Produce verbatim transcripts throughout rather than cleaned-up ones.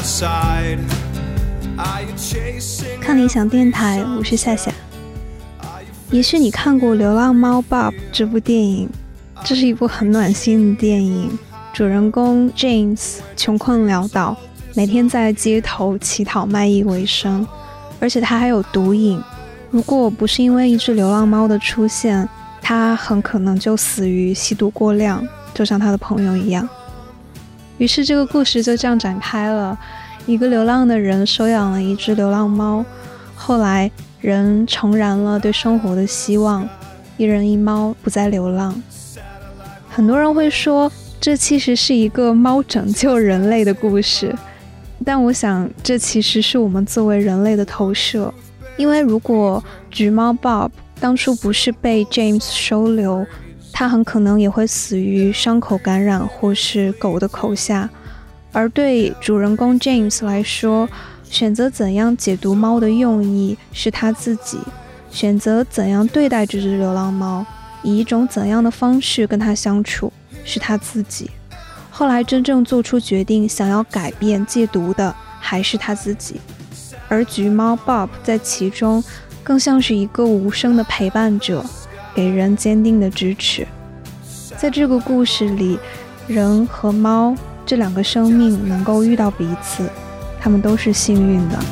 看理想电台，我是夏夏。也许你看过《流浪猫 Bob》这部电影，这是一部很暖心的电影。主人公 James 穷困潦倒，每天在街头乞讨卖艺为生，而且他还有毒瘾。如果不是因为一只流浪猫的出现，他很可能就死于吸毒过量，就像他的朋友一样。于是这个故事就这样展开了，一个流浪的人收养了一只流浪猫，后来人重燃了对生活的希望，一人一猫不再流浪。很多人会说这其实是一个猫拯救人类的故事，但我想这其实是我们作为人类的投射。因为如果橘猫 Bob 当初不是被 James 收留，他很可能也会死于伤口感染或是狗的口下。而对主人公 James 来说，选择怎样解读猫的用意是他自己，选择怎样对待这只流浪猫，以一种怎样的方式跟它相处是他自己。后来真正做出决定想要改变戒毒的还是他自己，而橘猫 Bob 在其中更像是一个无声的陪伴者，给人坚定的支持。在这个故事里，人和猫这两个生命能够遇到彼此，他们都是幸运的。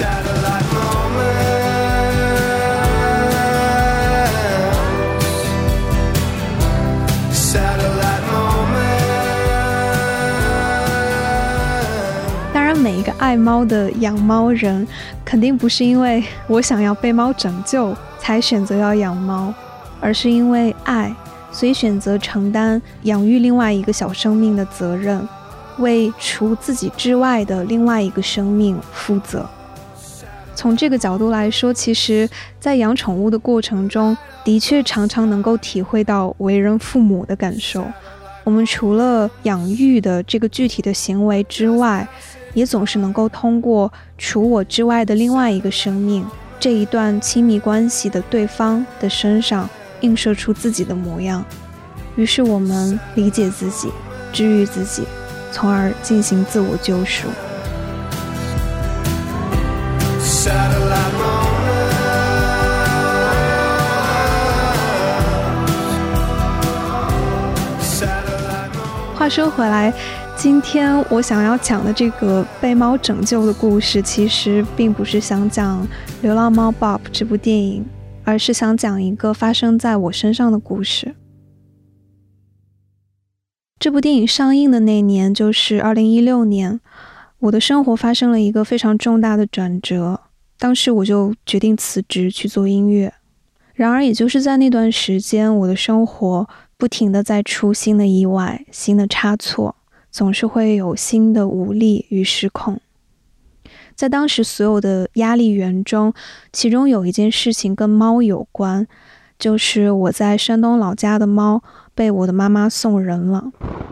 每一个爱猫的养猫人肯定不是因为我想要被猫拯救才选择要养猫，而是因为爱，所以选择承担养育另外一个小生命的责任，为除自己之外的另外一个生命负责。从这个角度来说，其实在养宠物的过程中，的确常常能够体会到为人父母的感受。我们除了养育的这个具体的行为之外，也总是能够通过除我之外的另外一个生命这一段亲密关系的对方的身上映射出自己的模样，于是我们理解自己，治愈自己，从而进行自我救赎。话说回来，今天我想要讲的这个被猫拯救的故事，其实并不是想讲《流浪猫 Bob》这部电影，而是想讲一个发生在我身上的故事。这部电影上映的那年就是二零一六年，我的生活发生了一个非常重大的转折，当时我就决定辞职去做音乐。然而也就是在那段时间，我的生活不停地在出新的意外，新的差错，总是会有新的无力与失控。在当时所有的压力源中，其中有一件事情跟猫有关，就是我在山东老家的猫被我的妈妈送人了。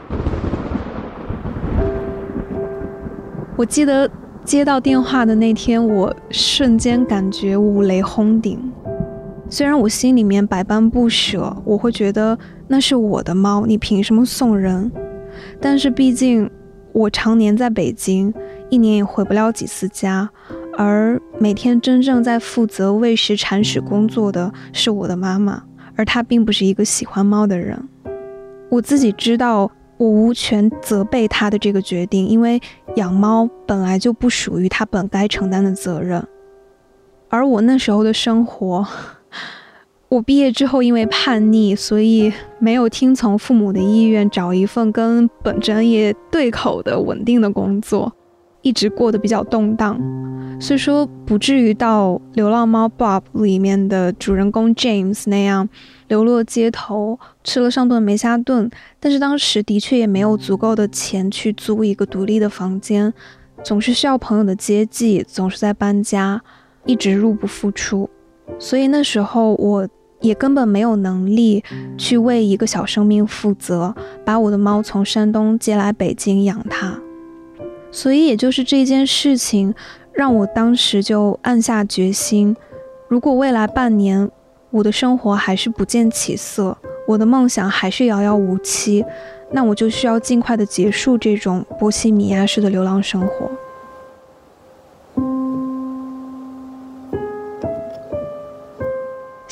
我记得接到电话的那天，我瞬间感觉五雷轰顶。虽然我心里面百般不舍，我会觉得那是我的猫，你凭什么送人？但是毕竟我常年在北京，一年也回不了几次家，而每天真正在负责喂食铲屎工作的是我的妈妈，而她并不是一个喜欢猫的人。我自己知道我无权责备她的这个决定，因为养猫本来就不属于她本该承担的责任。而我那时候的生活，我毕业之后因为叛逆，所以没有听从父母的意愿找一份跟本专业对口的稳定的工作，一直过得比较动荡。所以说不至于到流浪猫 Bob 里面的主人公 James 那样流落街头，吃了上顿没下顿，但是当时的确也没有足够的钱去租一个独立的房间，总是需要朋友的接济，总是在搬家，一直入不敷出。所以那时候我也根本没有能力去为一个小生命负责，把我的猫从山东接来北京养它。所以也就是这件事情让我当时就暗下决心，如果未来半年我的生活还是不见起色，我的梦想还是遥遥无期，那我就需要尽快的结束这种波西米亚式的流浪生活。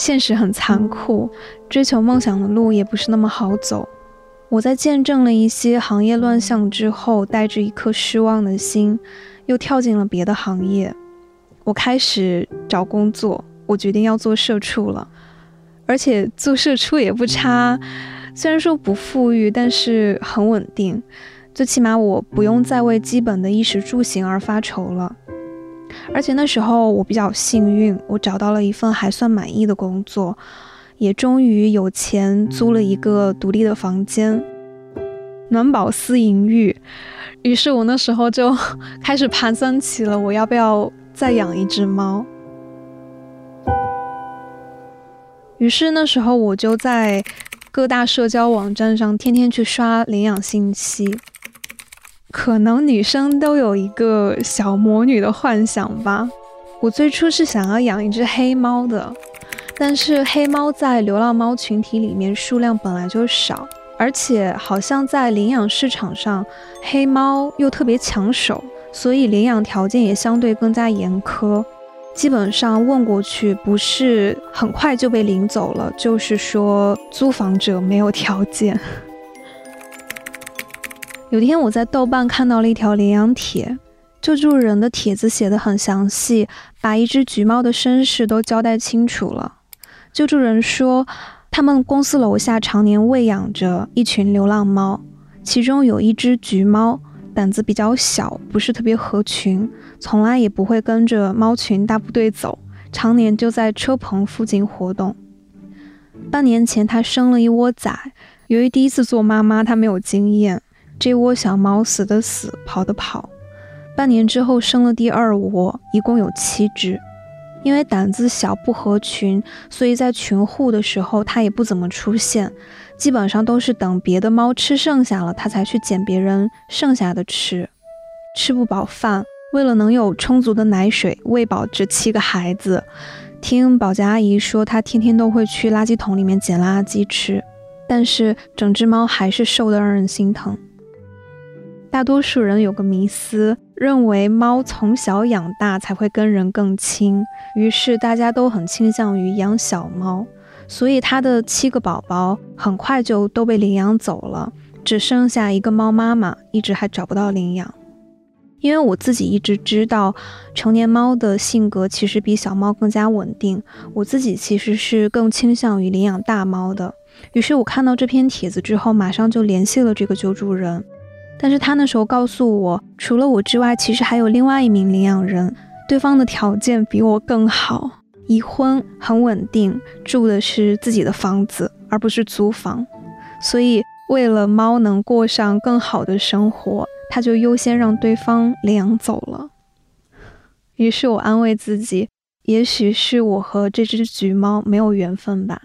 现实很残酷，追求梦想的路也不是那么好走。我在见证了一些行业乱象之后，带着一颗失望的心，又跳进了别的行业。我开始找工作，我决定要做社畜了。而且做社畜也不差，虽然说不富裕，但是很稳定，最起码我不用再为基本的衣食住行而发愁了。而且那时候我比较幸运，我找到了一份还算满意的工作，也终于有钱租了一个独立的房间，暖饱思淫欲。于是我那时候就开始盘算起了我要不要再养一只猫。于是那时候我就在各大社交网站上天天去刷领养信息。可能女生都有一个小魔女的幻想吧。我最初是想要养一只黑猫的，但是黑猫在流浪猫群体里面数量本来就少，而且好像在领养市场上黑猫又特别抢手，所以领养条件也相对更加严苛。基本上问过去，不是很快就被领走了，就是说租房者没有条件。有天我在豆瓣看到了一条领养帖，救助人的帖子写得很详细，把一只橘猫的身世都交代清楚了。救助人说，他们公司楼下常年喂养着一群流浪猫，其中有一只橘猫胆子比较小，不是特别合群，从来也不会跟着猫群大部队走，常年就在车棚附近活动。半年前它生了一窝崽，由于第一次做妈妈它没有经验，这窝小猫死的死，跑的跑。半年之后生了第二窝，一共有七只。因为胆子小不合群，所以在群护的时候它也不怎么出现，基本上都是等别的猫吃剩下了，它才去捡别人剩下的吃。吃不饱饭，为了能有充足的奶水喂饱这七个孩子，听保洁阿姨说她天天都会去垃圾桶里面捡垃圾吃，但是整只猫还是瘦得让人心疼。大多数人有个迷思，认为猫从小养大才会跟人更亲，于是大家都很倾向于养小猫，所以它的七个宝宝很快就都被领养走了，只剩下一个猫妈妈，一直还找不到领养。因为我自己一直知道成年猫的性格其实比小猫更加稳定，我自己其实是更倾向于领养大猫的。于是我看到这篇帖子之后，马上就联系了这个救助人。但是他那时候告诉我，除了我之外，其实还有另外一名领养人，对方的条件比我更好，已婚，很稳定，住的是自己的房子，而不是租房。所以为了猫能过上更好的生活，他就优先让对方领养走了。于是我安慰自己，也许是我和这只橘猫没有缘分吧。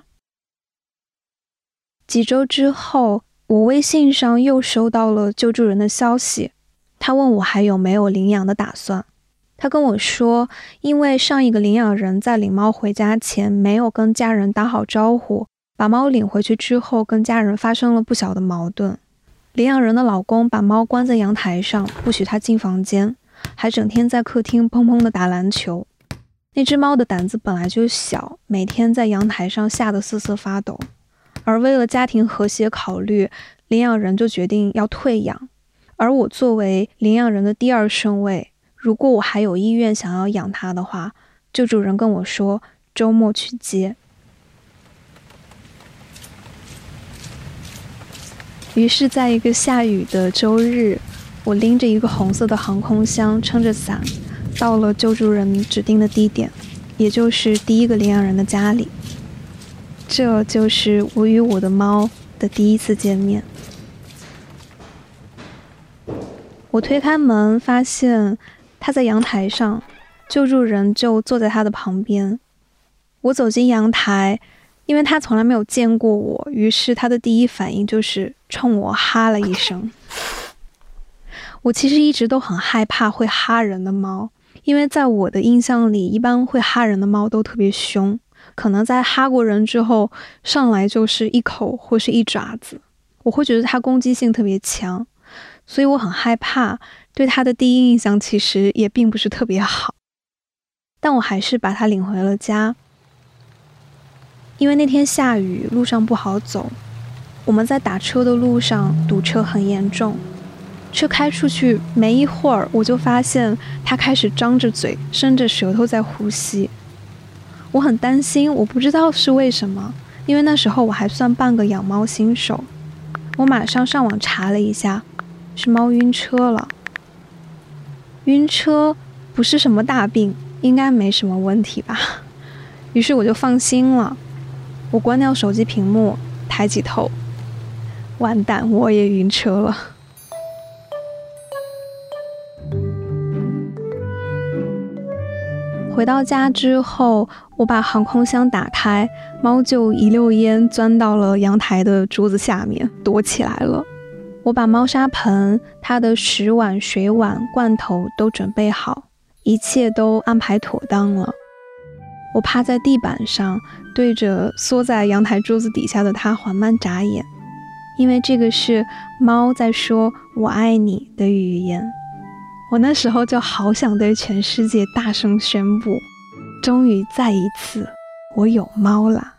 几周之后，我微信上又收到了救助人的消息，他问我还有没有领养的打算。他跟我说，因为上一个领养人在领猫回家前没有跟家人打好招呼，把猫领回去之后跟家人发生了不小的矛盾。领养人的老公把猫关在阳台上，不许它进房间，还整天在客厅砰砰地打篮球。那只猫的胆子本来就小，每天在阳台上吓得瑟瑟发抖。而为了家庭和谐考虑，领养人就决定要退养。而我作为领养人的第二顺位，如果我还有意愿想要养它的话，救助人跟我说周末去接。于是在一个下雨的周日，我拎着一个红色的航空箱，撑着伞，到了救助人指定的地点，也就是第一个领养人的家里。这就是我与我的猫的第一次见面。我推开门，发现它在阳台上，救助人就坐在它的旁边。我走进阳台，因为它从来没有见过我，于是它的第一反应就是冲我哈了一声。我其实一直都很害怕会哈人的猫，因为在我的印象里，一般会哈人的猫都特别凶，可能在哈过人之后，上来就是一口或是一爪子，我会觉得它攻击性特别强，所以我很害怕，对它的第一印象其实也并不是特别好。但我还是把它领回了家。 因为那天下雨，路上不好走。我们在打车的路上堵车很严重，车开出去没一会儿，我就发现它开始张着嘴，伸着舌头在呼吸。我很担心，我不知道是为什么，因为那时候我还算半个养猫新手。我马上上网查了一下，是猫晕车了。晕车不是什么大病，应该没什么问题吧。于是我就放心了。我关掉手机屏幕，抬起头，完蛋，我也晕车了。回到家之后，我把航空箱打开，猫就一溜烟钻到了阳台的桌子下面，躲起来了。我把猫砂盆、它的食碗、水碗、罐头都准备好，一切都安排妥当了。我趴在地板上，对着缩在阳台桌子底下的它缓慢眨眼，因为这个是猫在说我爱你的语言。我那时候就好想对全世界大声宣布，终于再一次我有猫啦。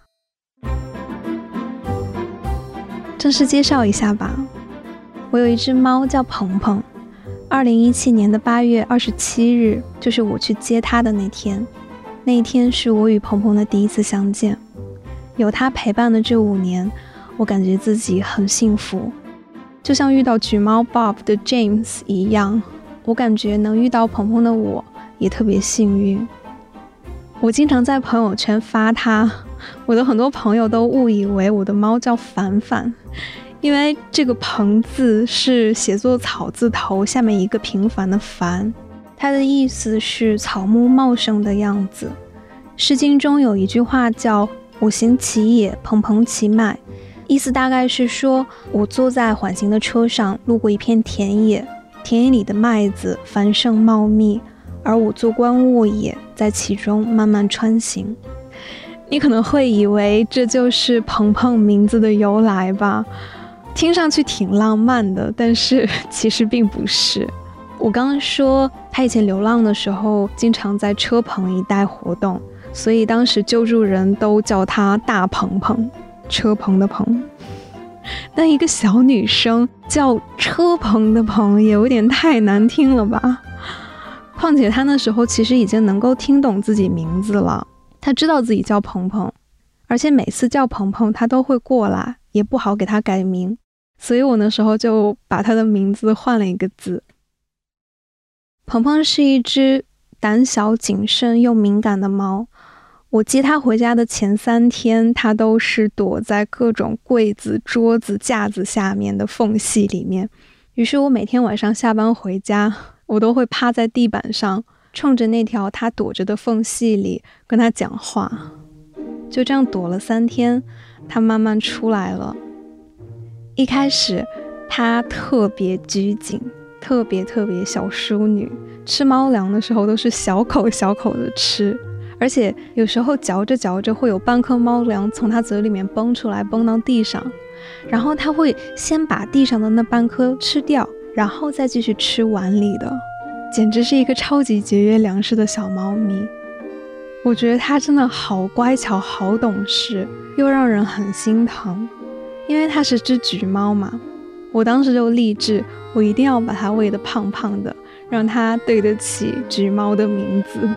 正式介绍一下吧，我有一只猫叫鹏鹏，二零一七年的八月二十七日，就是我去接它的那天。那一天是我与鹏鹏的第一次相见，有它陪伴的这五年，我感觉自己很幸福，就像遇到橘猫 Bob 的 James 一样，我感觉能遇到鹏鹏的我也特别幸运。我经常在朋友圈发它，我的很多朋友都误以为我的猫叫凡凡，因为这个鹏字是写作草字头下面一个平凡的凡，它的意思是草木茂盛的样子。诗经中有一句话叫我行其野，蓬蓬其脉，意思大概是说，我坐在缓行的车上，路过一片田野，田野里的麦子繁盛茂密，而我坐观卧野，在其中慢慢穿行。你可能会以为这就是鹏鹏名字的由来吧，听上去挺浪漫的，但是其实并不是。我刚刚说他以前流浪的时候经常在车棚一带活动，所以当时救助人都叫他大鹏鹏，车棚的棚。但一个小女生叫车棚的棚也有点太难听了吧。况且他那时候其实已经能够听懂自己名字了，他知道自己叫鹏鹏，而且每次叫鹏鹏他都会过来，也不好给他改名，所以我那时候就把他的名字换了一个字。鹏鹏是一只胆小谨慎又敏感的猫，我接它回家的前三天，它都是躲在各种柜子、桌子、架子下面的缝隙里面。于是我每天晚上下班回家，我都会趴在地板上，冲着那条它躲着的缝隙里跟它讲话。就这样躲了三天，它慢慢出来了。一开始它特别拘谨，特别特别小淑女，吃猫粮的时候都是小口小口的吃，而且有时候嚼着嚼着会有半颗猫粮从它嘴里面崩出来，崩到地上，然后它会先把地上的那半颗吃掉，然后再继续吃碗里的，简直是一个超级节约粮食的小猫咪。我觉得它真的好乖巧，好懂事，又让人很心疼，因为它是只橘猫嘛。我当时就立志，我一定要把它喂得胖胖的，让它对得起橘猫的名字。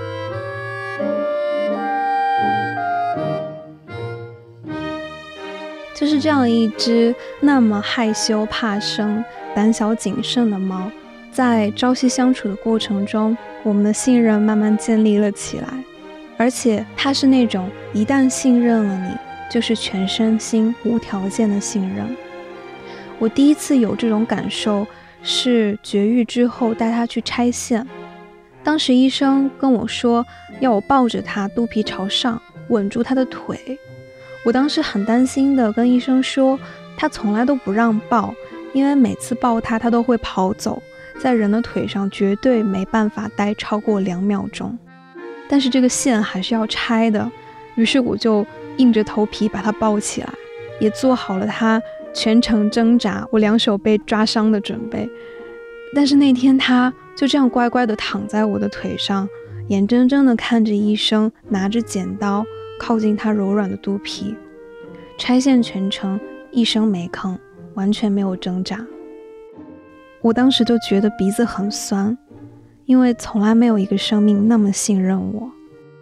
就是这样一只那么害羞怕生、胆小谨慎的猫，在朝夕相处的过程中，我们的信任慢慢建立了起来。而且它是那种一旦信任了你，就是全身心无条件的信任。我第一次有这种感受是绝育之后带它去拆线，当时医生跟我说要我抱着它，肚皮朝上，稳住它的腿。我当时很担心的跟医生说，他从来都不让抱，因为每次抱他他都会跑走，在人的腿上绝对没办法待超过两秒钟。但是这个线还是要拆的，于是我就硬着头皮把他抱起来，也做好了他全程挣扎，我两手被抓伤的准备。但是那天他就这样乖乖地躺在我的腿上，眼睁睁地看着医生拿着剪刀靠近它柔软的肚皮，拆线全程一声没吭，完全没有挣扎。我当时就觉得鼻子很酸，因为从来没有一个生命那么信任我。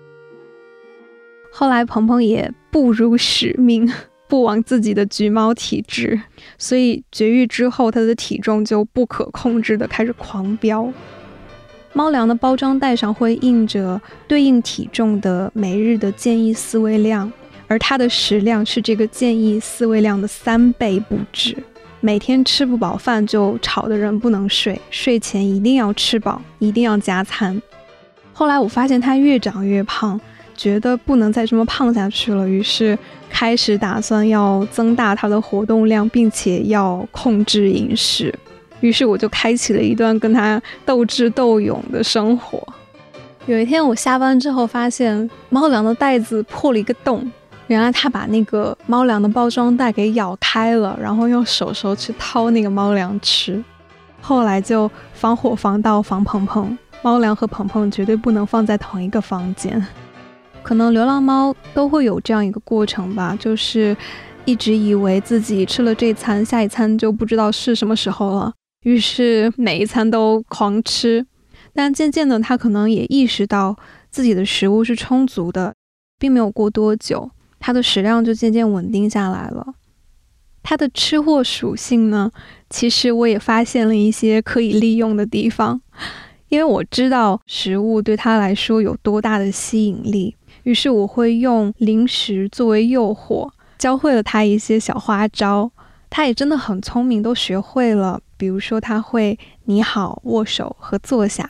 后来鹏鹏也不辱使命，不往自己的橘猫体质，所以绝育之后他的体重就不可控制的开始狂飙。猫粮的包装袋上会印着对应体重的每日的建议饲喂量，而它的食量是这个建议饲喂量的三倍不止。每天吃不饱饭就吵得人不能睡，睡前一定要吃饱，一定要加餐。后来我发现它越长越胖，觉得不能再这么胖下去了，于是开始打算要增大它的活动量，并且要控制饮食。于是我就开启了一段跟它斗智斗勇的生活。有一天我下班之后发现猫粮的袋子破了一个洞，原来它把那个猫粮的包装袋给咬开了，然后用手手去掏那个猫粮吃。后来就防火防盗防鹏鹏，猫粮和鹏鹏绝对不能放在同一个房间。可能流浪猫都会有这样一个过程吧，就是一直以为自己吃了这餐，下一餐就不知道是什么时候了，于是每一餐都狂吃。但渐渐的他可能也意识到自己的食物是充足的，并没有过多久，他的食量就渐渐稳定下来了。他的吃货属性呢，其实我也发现了一些可以利用的地方，因为我知道食物对他来说有多大的吸引力，于是我会用零食作为诱惑，教会了他一些小花招。他也真的很聪明，都学会了。比如说他会你好、握手和坐下。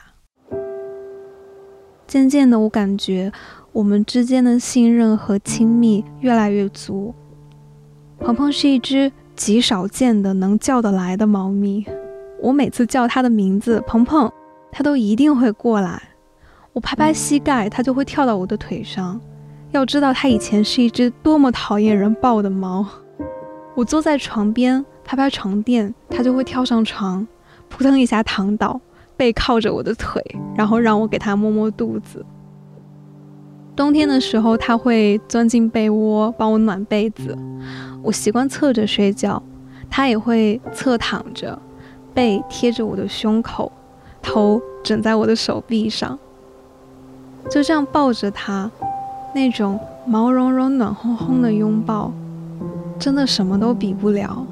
渐渐的我感觉我们之间的信任和亲密越来越足。鹏鹏是一只极少见的能叫得来的猫咪，我每次叫它的名字鹏鹏，它都一定会过来。我拍拍膝盖，它就会跳到我的腿上。要知道它以前是一只多么讨厌人抱的猫。我坐在床边拍拍床垫，它就会跳上床，扑腾一下躺倒，背靠着我的腿，然后让我给它摸摸肚子。冬天的时候它会钻进被窝帮我暖被子，我习惯侧着睡觉，它也会侧躺着，背贴着我的胸口，头枕在我的手臂上。就这样抱着它，那种毛茸茸暖烘烘的拥抱，真的什么都比不了。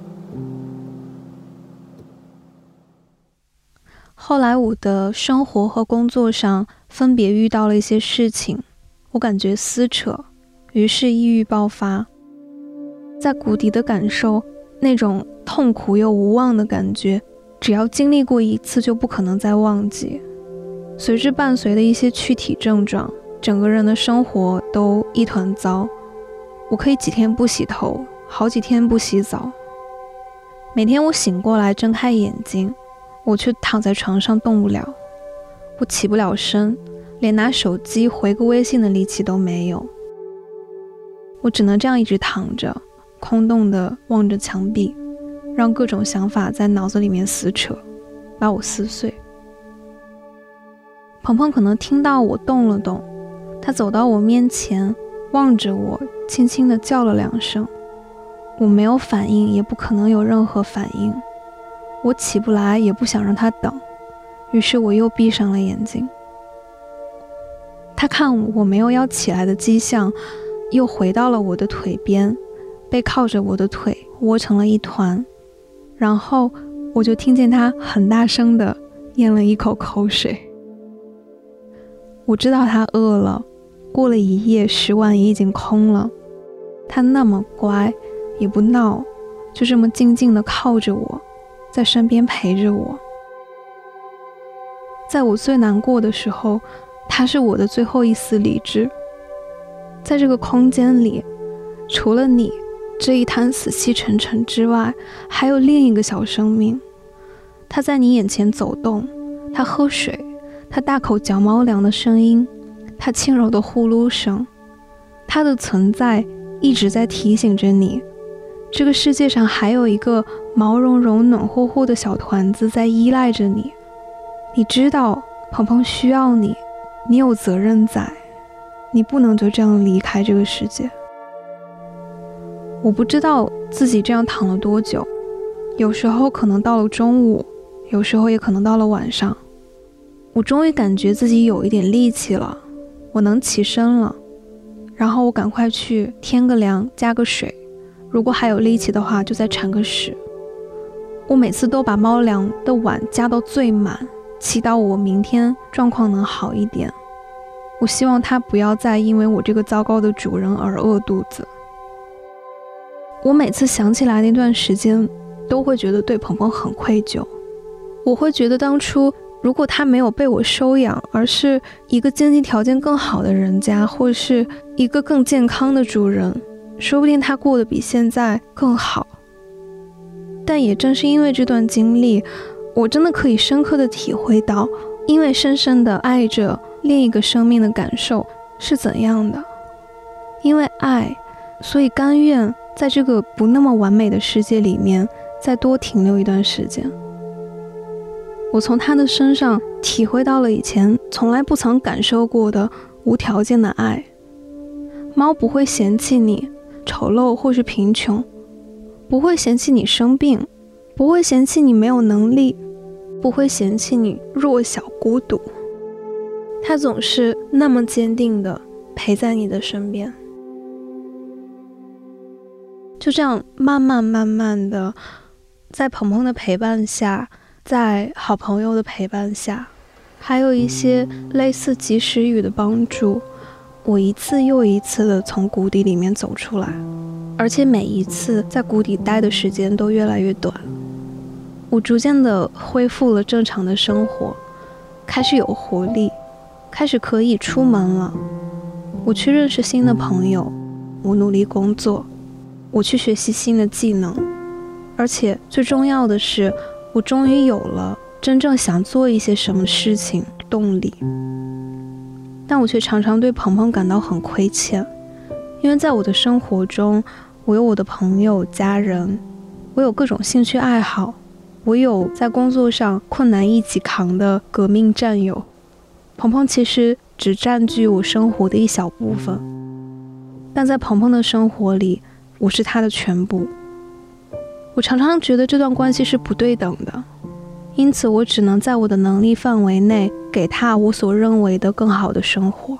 后来我的生活和工作上分别遇到了一些事情，我感觉撕扯，于是抑郁爆发。在谷底的感受，那种痛苦又无望的感觉，只要经历过一次就不可能再忘记。随之伴随的一些躯体症状，整个人的生活都一团糟。我可以几天不洗头，好几天不洗澡。每天我醒过来睁开眼睛，我却躺在床上动不了，我起不了身，连拿手机回个微信的力气都没有。我只能这样一直躺着，空洞地望着墙壁，让各种想法在脑子里面撕扯，把我撕碎。鹏鹏可能听到我动了动，他走到我面前，望着我，轻轻地叫了两声。我没有反应，也不可能有任何反应。我起不来，也不想让他等，于是我又闭上了眼睛。他看我没有要起来的迹象，又回到了我的腿边，背靠着我的腿，窝成了一团。然后我就听见他很大声地咽了一口口水。我知道他饿了，过了一夜，食碗也已经空了。他那么乖，也不闹，就这么静静地靠着我，在身边陪着我。在我最难过的时候，他是我的最后一丝理智。在这个空间里，除了你这一滩死气沉沉之外，还有另一个小生命。他在你眼前走动，他喝水，他大口嚼猫粮的声音，他轻柔的呼噜声，他的存在一直在提醒着你，这个世界上还有一个毛茸茸暖乎乎的小团子在依赖着你。你知道鹏鹏需要你，你有责任在， 你不能就这样离开这个世界。我不知道自己这样躺了多久，有时候可能到了中午，有时候也可能到了晚上。我终于感觉自己有一点力气了，我能起身了，然后我赶快去添个凉，加个水，如果还有力气的话就再铲个屎。我每次都把猫粮的碗加到最满，祈祷我明天状况能好一点。我希望它不要再因为我这个糟糕的主人而饿肚子。我每次想起来那段时间，都会觉得对鹏鹏很愧疚。我会觉得当初如果他没有被我收养，而是一个经济条件更好的人家，或是一个更健康的主人，说不定他过得比现在更好。但也正是因为这段经历，我真的可以深刻地体会到，因为深深地爱着另一个生命的感受是怎样的。因为爱，所以甘愿在这个不那么完美的世界里面再多停留一段时间。我从他的身上体会到了以前从来不曾感受过的无条件的爱。猫不会嫌弃你丑陋或是贫穷，不会嫌弃你生病，不会嫌弃你没有能力，不会嫌弃你弱小孤独。它总是那么坚定地陪在你的身边。就这样慢慢慢慢的，在鹏鹏的陪伴下，在好朋友的陪伴下，还有一些类似及时雨的帮助，我一次又一次的从谷底里面走出来，而且每一次在谷底待的时间都越来越短。我逐渐的恢复了正常的生活，开始有活力，开始可以出门了。我去认识新的朋友，我努力工作，我去学习新的技能，而且最重要的是，我终于有了真正想做一些什么事情动力。但我却常常对鹏鹏感到很亏欠，因为在我的生活中，我有我的朋友家人，我有各种兴趣爱好，我有在工作上困难一起扛的革命战友。鹏鹏其实只占据我生活的一小部分，但在鹏鹏的生活里，我是他的全部。我常常觉得这段关系是不对等的，因此我只能在我的能力范围内给他我所认为的更好的生活。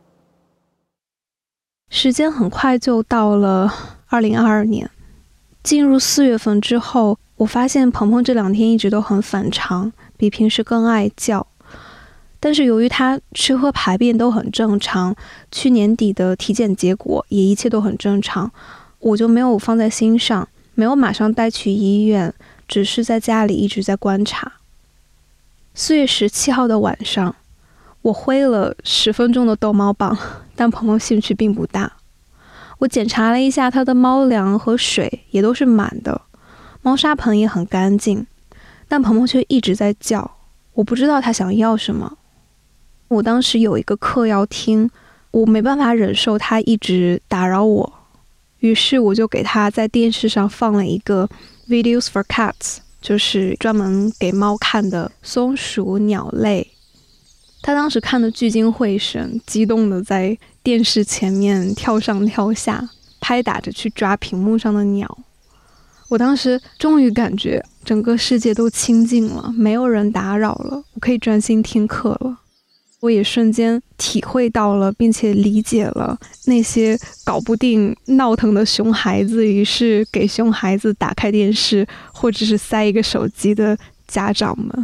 时间很快就到了二零二二年，进入四月份之后，我发现鹏鹏这两天一直都很反常，比平时更爱叫。但是由于他吃喝排便都很正常，去年底的体检结果也一切都很正常，我就没有放在心上，没有马上带去医院，只是在家里一直在观察。四月十七号的晚上，我挥了十分钟的逗猫棒，但鹏鹏兴趣并不大。我检查了一下他的猫粮和水也都是满的，猫砂盆也很干净，但鹏鹏却一直在叫，我不知道他想要什么。我当时有一个课要听，我没办法忍受他一直打扰我，于是我就给他在电视上放了一个 Videos for Cats， 就是专门给猫看的松鼠鸟类。他当时看得聚精会神，激动的在电视前面跳上跳下，拍打着去抓屏幕上的鸟。我当时终于感觉整个世界都清静了，没有人打扰了，我可以专心听课了。我也瞬间体会到了并且理解了那些搞不定闹腾的熊孩子，于是给熊孩子打开电视或者是塞一个手机的家长们。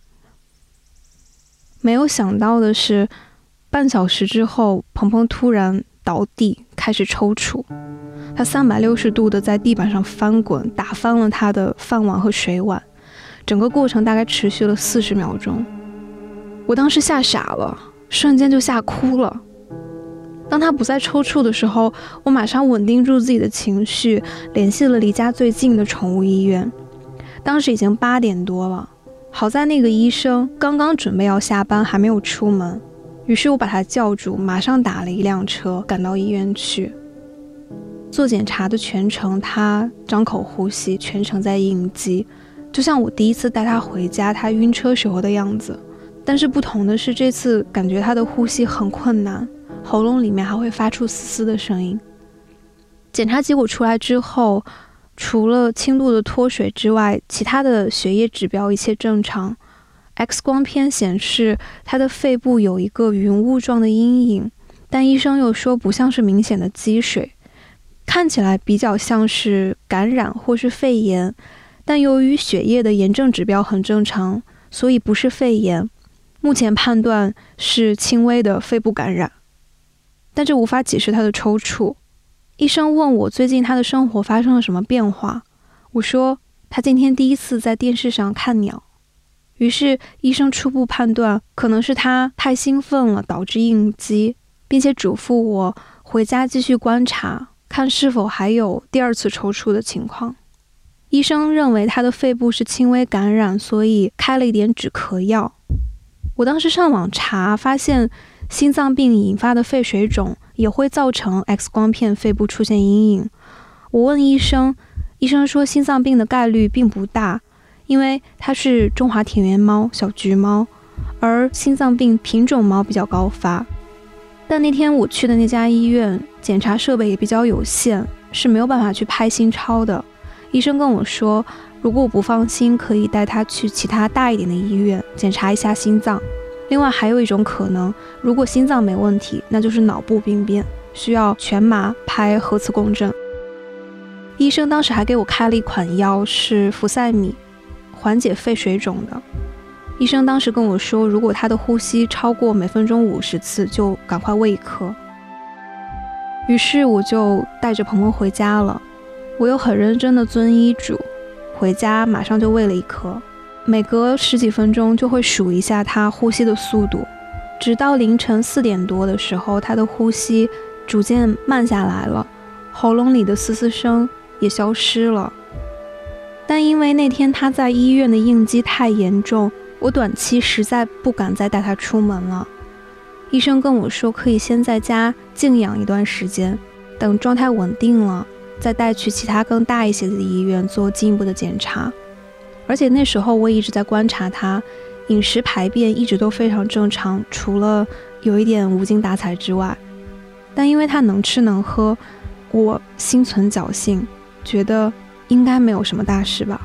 没有想到的是，半小时之后，鹏鹏突然倒地，开始抽搐。他三百六十度的在地板上翻滚，打翻了他的饭碗和水碗，整个过程大概持续了四十秒钟。我当时吓傻了，瞬间就吓哭了。当他不再抽搐的时候，我马上稳定住自己的情绪，联系了离家最近的宠物医院。当时已经八点多了，好在那个医生刚刚准备要下班，还没有出门，于是我把他叫住，马上打了一辆车赶到医院去。做检查的全程他张口呼吸，全程在应激，就像我第一次带他回家他晕车时候的样子。但是不同的是，这次感觉他的呼吸很困难， 喉咙里面还会发出嘶嘶的声音。检查结果出来之后，除了轻度的脱水之外，其他的血液指标一切正常。X 光片显示他的肺部有一个云雾状的阴影，但医生又说不像是明显的积水，看起来比较像是感染或是肺炎，但由于血液的炎症指标很正常，所以不是肺炎。目前判断是轻微的肺部感染，但这无法解释他的抽搐。医生问我最近他的生活发生了什么变化，我说他今天第一次在电视上看鸟。于是医生初步判断可能是他太兴奋了导致应激，并且嘱咐我回家继续观察，看是否还有第二次抽搐的情况。医生认为他的肺部是轻微感染，所以开了一点止咳药。我当时上网查，发现心脏病引发的肺水肿也会造成 X 光片肺部出现阴影。我问医生，医生说心脏病的概率并不大，因为它是中华田园猫小橘猫，而心脏病品种猫比较高发。但那天我去的那家医院检查设备也比较有限，是没有办法去拍心超的。医生跟我说，如果我不放心，可以带他去其他大一点的医院检查一下心脏。另外还有一种可能，如果心脏没问题，那就是脑部病变，需要全麻拍核磁共振。医生当时还给我开了一款药，是福赛米，缓解肺水肿的。医生当时跟我说，如果他的呼吸超过每分钟五十次，就赶快喂一颗。于是我就带着鹏鹏回家了。我又很认真的遵医嘱，回家马上就喂了一颗，每隔十几分钟就会数一下他呼吸的速度，直到凌晨四点多的时候，他的呼吸逐渐慢下来了，喉咙里的嘶嘶声也消失了。但因为那天他在医院的应激太严重，我短期实在不敢再带他出门了。医生跟我说，可以先在家静养一段时间，等状态稳定了再带去其他更大一些的医院做进一步的检查。而且那时候我一直在观察他，饮食排便一直都非常正常，除了有一点无精打采之外。但因为他能吃能喝，我心存侥幸，觉得应该没有什么大事吧。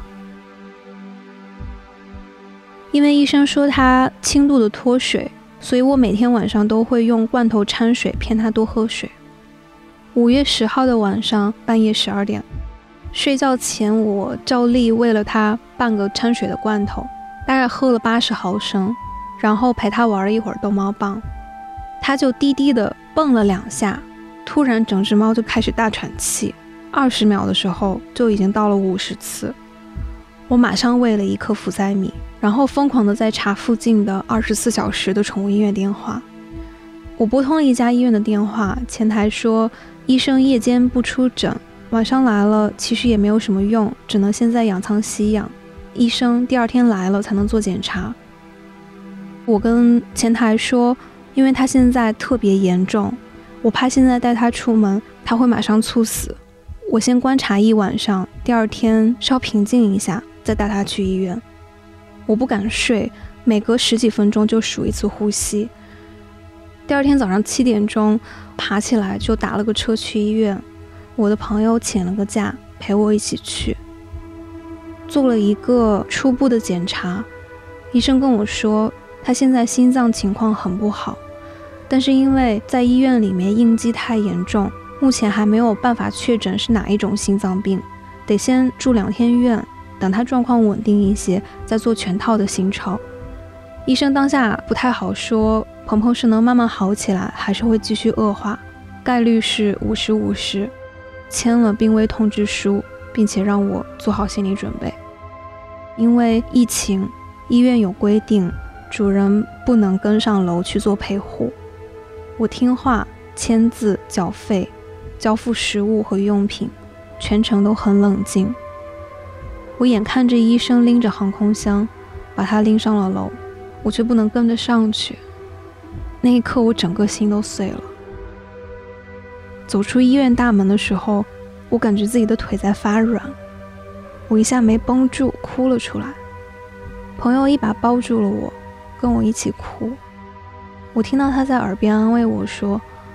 因为医生说他轻度的脱水，所以我每天晚上都会用罐头掺水骗他多喝水。五月十号的晚上半夜十二点，睡觉前我照例喂了他半个掺水的罐头，大概喝了八十毫升，然后陪他玩了一会儿逗猫棒。他就低低的蹦了两下，突然整只猫就开始大喘气，二十秒的时候就已经到了五十次。我马上喂了一颗福赛米，然后疯狂的在查附近的二十四小时的宠物医院电话。我拨通了一家医院的电话，前台说医生夜间不出诊，晚上来了其实也没有什么用，只能先在养仓吸养，医生第二天来了才能做检查。我跟前台说，因为他现在特别严重，我怕现在带他出门他会马上猝死，我先观察一晚上，第二天稍平静一下再带他去医院。我不敢睡，每隔十几分钟就数一次呼吸。第二天早上七点钟爬起来就打了个车去医院，我的朋友请了个假陪我一起去，做了一个初步的检查。医生跟我说他现在心脏情况很不好，但是因为在医院里面应激太严重，目前还没有办法确诊是哪一种心脏病，得先住两天院，等他状况稳定一些再做全套的心超。医生当下不太好说鹏鹏是能慢慢好起来还是会继续恶化，概率是五十五十，签了病危通知书，并且让我做好心理准备。因为疫情，医院有规定主人不能跟上楼去做陪护。我听话签字缴费交付食物和用品，全程都很冷静。我眼看着医生拎着航空箱把他拎上了楼，我却不能跟着上去。那一刻我整个心都碎了。走出医院大门的时候，我感觉自己的腿在发软，我一下没绷住哭了出来。朋友一把抱住了我，跟我一起哭。我听到他在耳边安慰我说，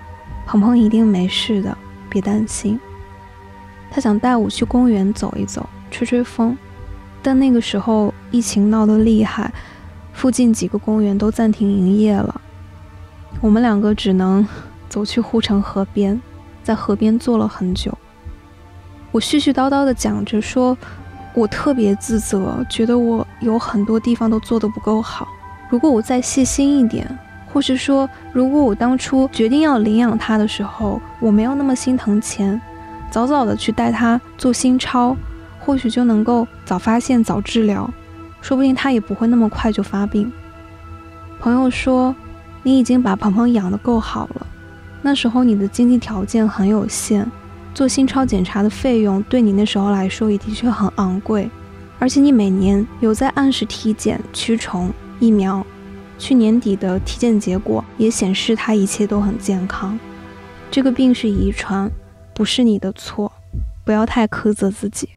鹏鹏一定没事的，别担心。他想带我去公园走一走，吹吹风，但那个时候疫情闹得厉害，附近几个公园都暂停营业了，我们两个只能走去护城河边，在河边坐了很久。我絮絮叨叨地讲着说，我特别自责，觉得我有很多地方都做得不够好，如果我再细心一点，或是说如果我当初决定要领养他的时候，我没有那么心疼钱，早早的去带他做心超，或许就能够早发现早治疗，说不定他也不会那么快就发病。朋友说，你已经把鹏鹏养得够好了，那时候你的经济条件很有限，做心超检查的费用对你那时候来说也的确很昂贵，而且你每年有在按时体检、驱虫、疫苗，去年底的体检结果也显示他一切都很健康。这个病是遗传，不是你的错，不要太苛责自己。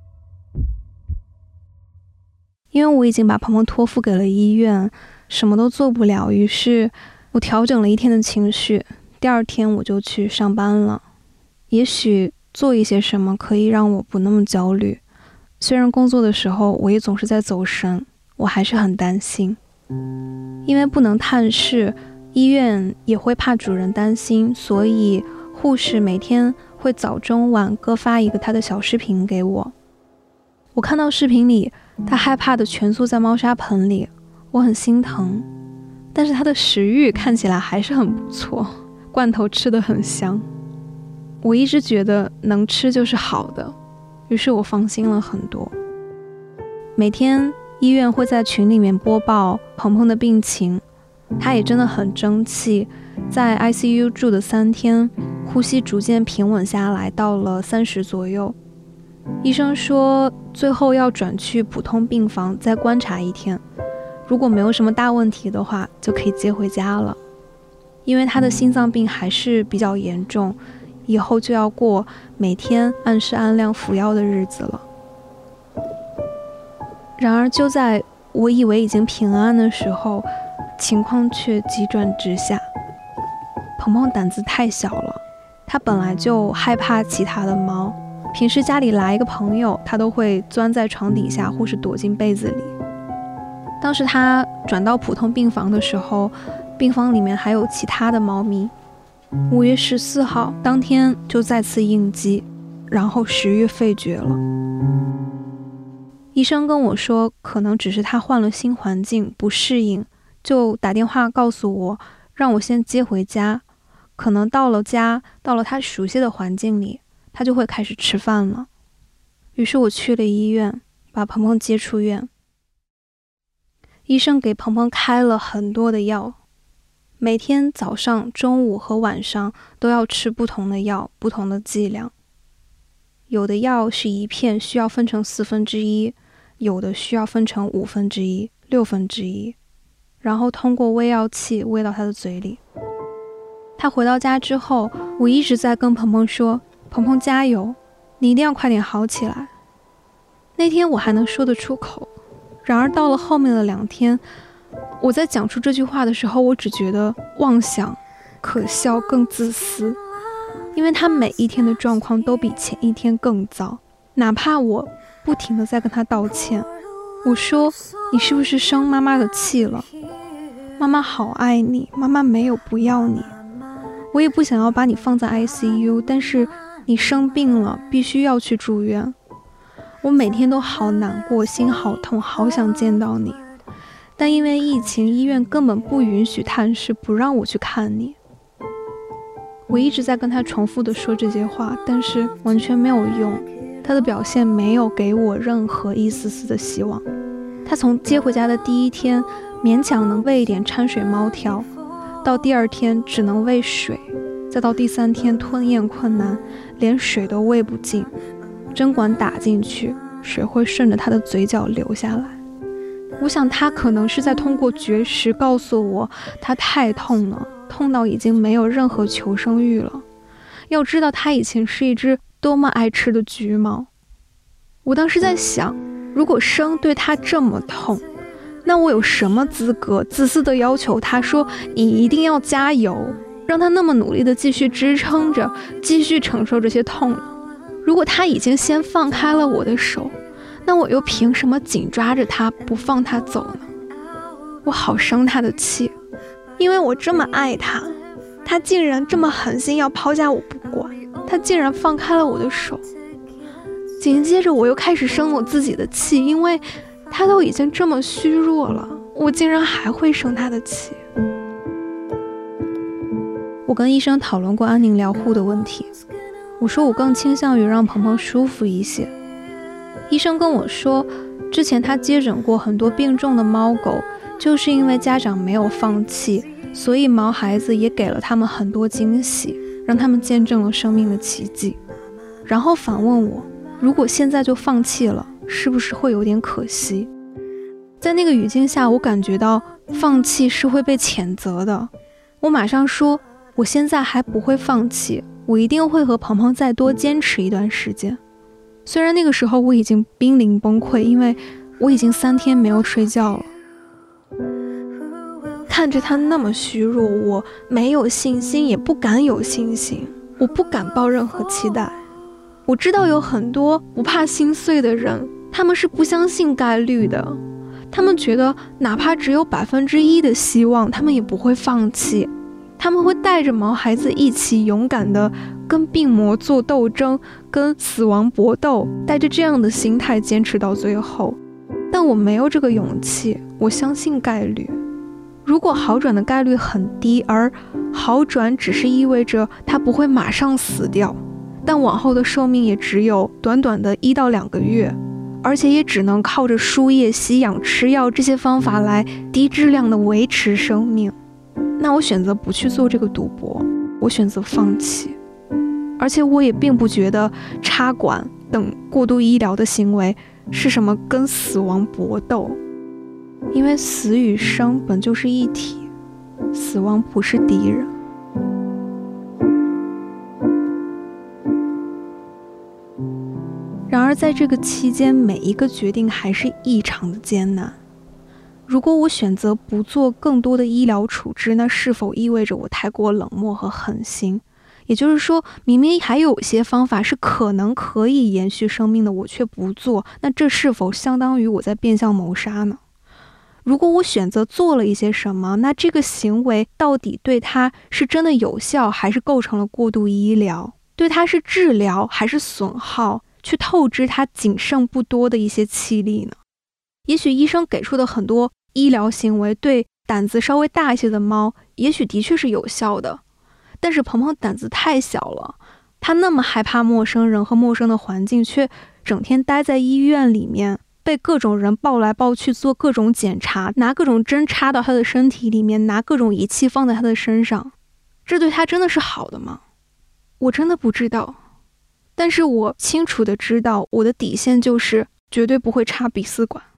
因为我已经把鹏鹏托付给了医院，什么都做不了，于是我调整了一天的情绪，第二天我就去上班了。也许做一些什么可以让我不那么焦虑，虽然工作的时候我也总是在走神，我还是很担心。因为不能探视，医院也会怕主人担心，所以护士每天会早中晚各发一个他的小视频给我。我看到视频里他害怕的蜷缩在猫砂盆里，我很心疼，但是他的食欲看起来还是很不错，罐头吃得很香。我一直觉得能吃就是好的，于是我放心了很多。每天医院会在群里面播报鹏鹏的病情，他也真的很争气，在 I C U 住的三天，呼吸逐渐平稳下来，到了三十左右。医生说最后要转去普通病房再观察一天，如果没有什么大问题的话就可以接回家了。因为他的心脏病还是比较严重，以后就要过每天按时按量服药的日子了。然而就在我以为已经平安的时候，情况却急转直下。鹏鹏胆子太小了，他本来就害怕其他的猫，平时家里来一个朋友，他都会钻在床底下或是躲进被子里。当时他转到普通病房的时候，病房里面还有其他的猫咪。五月十四号当天就再次应激，然后十月肺绝了。医生跟我说，可能只是他换了新环境不适应，就打电话告诉我，让我先接回家，可能到了家，到了他熟悉的环境里，他就会开始吃饭了。于是我去了医院，把鹏鹏接出院。医生给鹏鹏开了很多的药，每天早上、中午和晚上都要吃不同的药，不同的剂量。有的药是一片需要分成四分之一，有的需要分成五分之一、六分之一，然后通过喂药器喂到他的嘴里。他回到家之后，我一直在跟鹏鹏说，鹏鹏加油，你一定要快点好起来。那天我还能说得出口，然而到了后面的两天，我在讲出这句话的时候，我只觉得妄想、可笑、更自私。因为他每一天的状况都比前一天更糟，哪怕我不停地在跟他道歉，我说你是不是生妈妈的气了？妈妈好爱你，妈妈没有不要你，我也不想要把你放在 I C U， 但是你生病了，必须要去住院。我每天都好难过，心好痛，好想见到你，但因为疫情，医院根本不允许探视，不让我去看你。我一直在跟他重复的说这些话，但是完全没有用，他的表现没有给我任何一丝丝的希望。他从接回家的第一天勉强能喂一点掺水猫条，到第二天只能喂水，再到第三天吞咽困难，连水都喂不进，针管打进去，水会顺着他的嘴角流下来。我想他可能是在通过绝食告诉我，他太痛了，痛到已经没有任何求生欲了。要知道他以前是一只多么爱吃的橘猫。我当时在想，如果生对他这么痛，那我有什么资格自私的要求他说你一定要加油， 让他那么努力的继续支撑着，继续承受这些痛呢？如果他已经先放开了我的手，那我又凭什么紧抓着他不放他走呢？我好生他的气，因为我这么爱他，他竟然这么狠心要抛下我不管，他竟然放开了我的手。紧接着我又开始生我自己的气，因为他都已经这么虚弱了，我竟然还会生他的气。我跟医生讨论过安宁疗护的问题，我说我更倾向于让鹏鹏舒服一些。医生跟我说，之前他接诊过很多病重的猫狗，就是因为家长没有放弃，所以毛孩子也给了他们很多惊喜，让他们见证了生命的奇迹。然后反问我，如果现在就放弃了，是不是会有点可惜？在那个语境下，我感觉到放弃是会被谴责的。我马上说，我现在还不会放弃，我一定会和鹏鹏再多坚持一段时间。虽然那个时候我已经濒临崩溃，因为我已经三天没有睡觉了。看着他那么虚弱，我没有信心，也不敢有信心，我不敢抱任何期待。我知道有很多不怕心碎的人，他们是不相信概率的，他们觉得哪怕只有百分之一的希望，他们也不会放弃。他们会带着毛孩子一起勇敢地跟病魔做斗争，跟死亡搏斗，带着这样的心态坚持到最后。但我没有这个勇气，我相信概率。如果好转的概率很低，而好转只是意味着他不会马上死掉，但往后的寿命也只有短短的一到两个月，而且也只能靠着输液、吸氧、吃药这些方法来低质量的维持生命。那我选择不去做这个赌博，我选择放弃。而且我也并不觉得插管等过度医疗的行为是什么跟死亡搏斗，因为死与生本就是一体，死亡不是敌人。然而在这个期间，每一个决定还是异常的艰难。如果我选择不做更多的医疗处置，那是否意味着我太过冷漠和狠心？也就是说，明明还有些方法是可能可以延续生命的，我却不做，那这是否相当于我在变相谋杀呢？如果我选择做了一些什么，那这个行为到底对他是真的有效，还是构成了过度医疗？对他是治疗还是损耗？去透支他仅剩不多的一些气力呢？也许医生给出的很多医疗行为对胆子稍微大一些的猫也许的确是有效的，但是鹏鹏胆子太小了，他那么害怕陌生人和陌生的环境，却整天待在医院里面，被各种人抱来抱去，做各种检查，拿各种针插到他的身体里面，拿各种仪器放在他的身上，这对他真的是好的吗？我真的不知道。但是我清楚地知道，我的底线就是绝对不会插鼻饲管。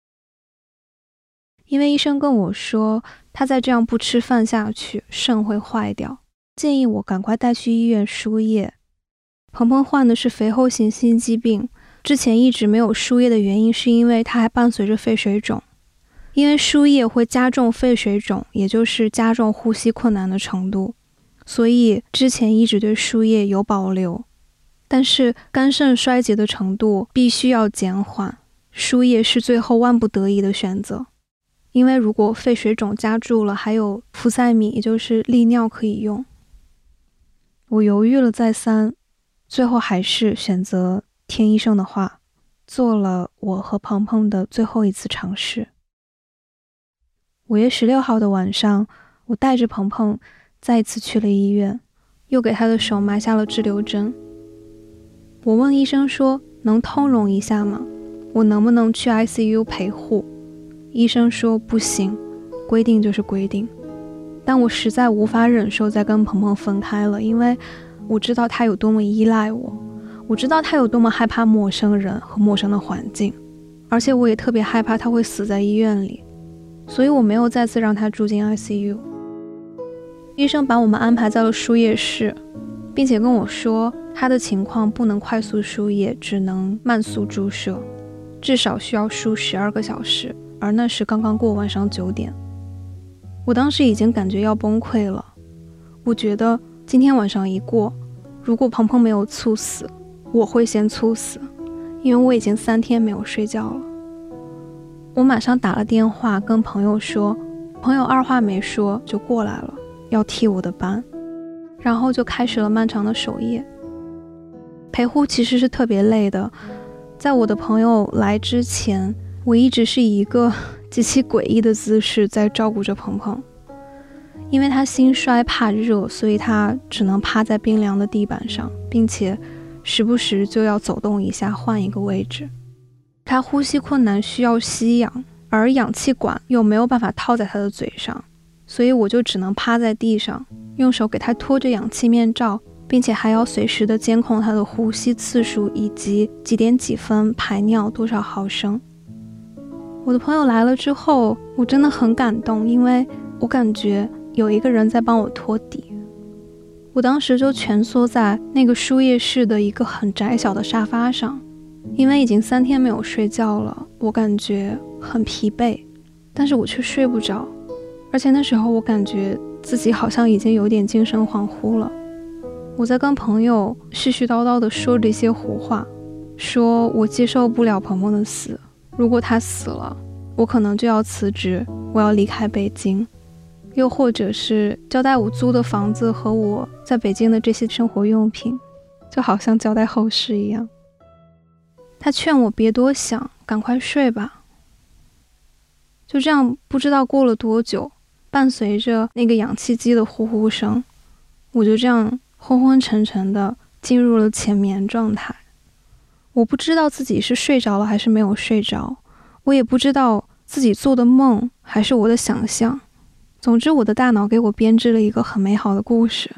因为医生跟我说，他再这样不吃饭下去，肾会坏掉，建议我赶快带去医院输液。鹏鹏患的是肥厚型心肌病，之前一直没有输液的原因是因为他还伴随着肺水肿，因为输液会加重肺水肿，也就是加重呼吸困难的程度，所以之前一直对输液有保留。但是肝肾衰竭的程度必须要减缓，输液是最后万不得已的选择。因为如果肺水肿加注了，还有呋塞米，也就是利尿可以用。我犹豫了再三，最后还是选择听医生的话，做了我和鹏鹏的最后一次尝试。五月十六号的晚上，我带着鹏鹏再一次去了医院，又给他的手埋下了滞留针。我问医生说，能通融一下吗？我能不能去 I C U 陪护？医生说不行，规定就是规定。但我实在无法忍受再跟鹏鹏分开了，因为我知道他有多么依赖我，我知道他有多么害怕陌生人和陌生的环境，而且我也特别害怕他会死在医院里，所以我没有再次让他住进 I C U。 医生把我们安排在了输液室，并且跟我说他的情况不能快速输液，只能慢速注射，至少需要输十二个小时，而那时刚刚过晚上九点。我当时已经感觉要崩溃了， 我觉得今天晚上一过，如果鹏鹏没有猝死，我会先猝死，因为我已经三天没有睡觉了。我马上打了电话跟朋友说，朋友二话没说就过来了，要替我的班，然后就开始了漫长的守夜。陪护其实是特别累的，在我的朋友来之前，我一直是以一个极其诡异的姿势在照顾着鹏鹏。因为他心衰怕热，所以他只能趴在冰凉的地板上，并且时不时就要走动一下，换一个位置。他呼吸困难，需要吸氧，而氧气管又没有办法套在他的嘴上，所以我就只能趴在地上，用手给他托着氧气面罩，并且还要随时的监控他的呼吸次数以及几点几分排尿多少毫升。我的朋友来了之后，我真的很感动，因为我感觉有一个人在帮我拖底。我当时就蜷缩在那个输液室的一个很窄小的沙发上，因为已经三天没有睡觉了，我感觉很疲惫，但是我却睡不着，而且那时候我感觉自己好像已经有点精神恍惚了。我在跟朋友絮絮叨叨地说着一些胡话，说我接受不了鹏鹏的死，如果他死了，我可能就要辞职，我要离开北京，又或者是交代我租的房子和我在北京的这些生活用品，就好像交代后事一样。他劝我别多想，赶快睡吧。就这样，不知道过了多久，伴随着那个氧气机的呼呼声，我就这样昏昏沉沉的进入了浅眠状态。我不知道自己是睡着了还是没有睡着，我也不知道自己做的梦还是我的想象。总之，我的大脑给我编织了一个很美好的故事。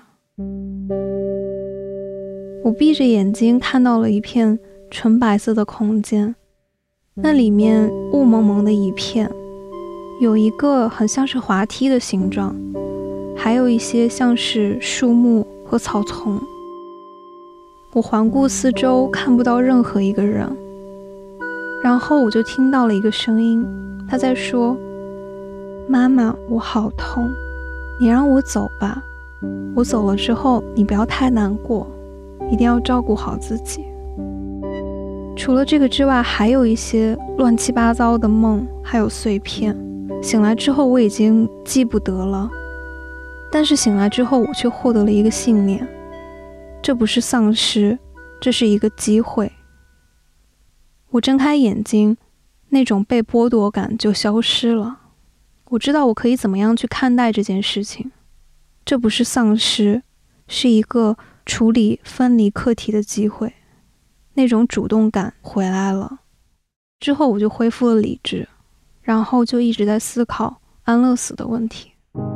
我闭着眼睛看到了一片纯白色的空间，那里面雾蒙蒙的一片，有一个很像是滑梯的形状，还有一些像是树木和草丛。我环顾四周，看不到任何一个人，然后我就听到了一个声音，他在说：妈妈，我好痛，你让我走吧，我走了之后你不要太难过，一定要照顾好自己。除了这个之外，还有一些乱七八糟的梦，还有碎片。醒来之后我已经记不得了，但是醒来之后我却获得了一个信念，这不是丧失，这是一个机会。我睁开眼睛，那种被剥夺感就消失了。我知道我可以怎么样去看待这件事情，这不是丧失，是一个处理分离课题的机会。那种主动感回来了，之后我就恢复了理智，然后就一直在思考安乐死的问题。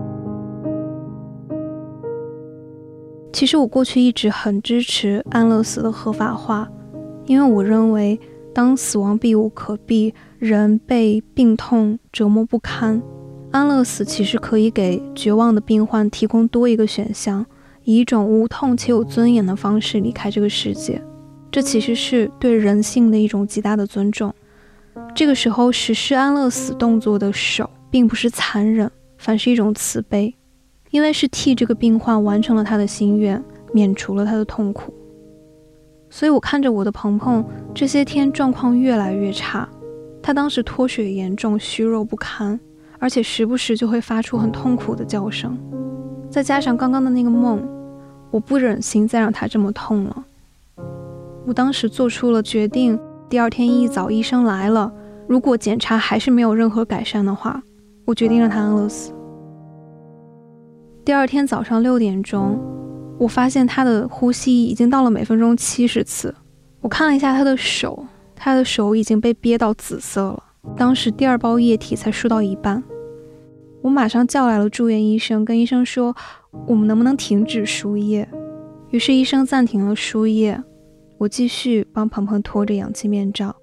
其实我过去一直很支持安乐死的合法化，因为我认为当死亡避无可避，人被病痛折磨不堪，安乐死其实可以给绝望的病患提供多一个选项，以一种无痛且有尊严的方式离开这个世界。这其实是对人性的一种极大的尊重。这个时候实施安乐死动作的手并不是残忍，反是一种慈悲，因为是替这个病患完成了他的心愿，免除了他的痛苦。所以我看着我的鹏鹏这些天状况越来越差，他当时脱水严重，虚弱不堪，而且时不时就会发出很痛苦的叫声，再加上刚刚的那个梦，我不忍心再让他这么痛了。我当时做出了决定，第二天一早医生来了，如果检查还是没有任何改善的话，我决定让他安乐死。第二天早上六点钟，我发现他的呼吸已经到了每分钟七十次。我看了一下他的手，他的手已经被憋到紫色了，当时第二包液体才输到一半。我马上叫来了住院医生，跟医生说我们能不能停止输液。于是医生暂停了输液，我继续帮鹏鹏拖着氧气面罩。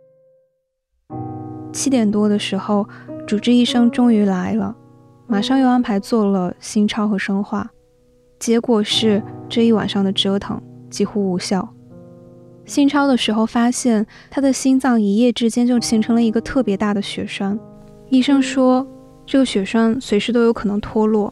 七点多的时候，主治医生终于来了，马上又安排做了心超和生化。结果是这一晚上的折腾几乎无效。心超的时候发现他的心脏一夜之间就形成了一个特别大的血栓，医生说这个血栓随时都有可能脱落，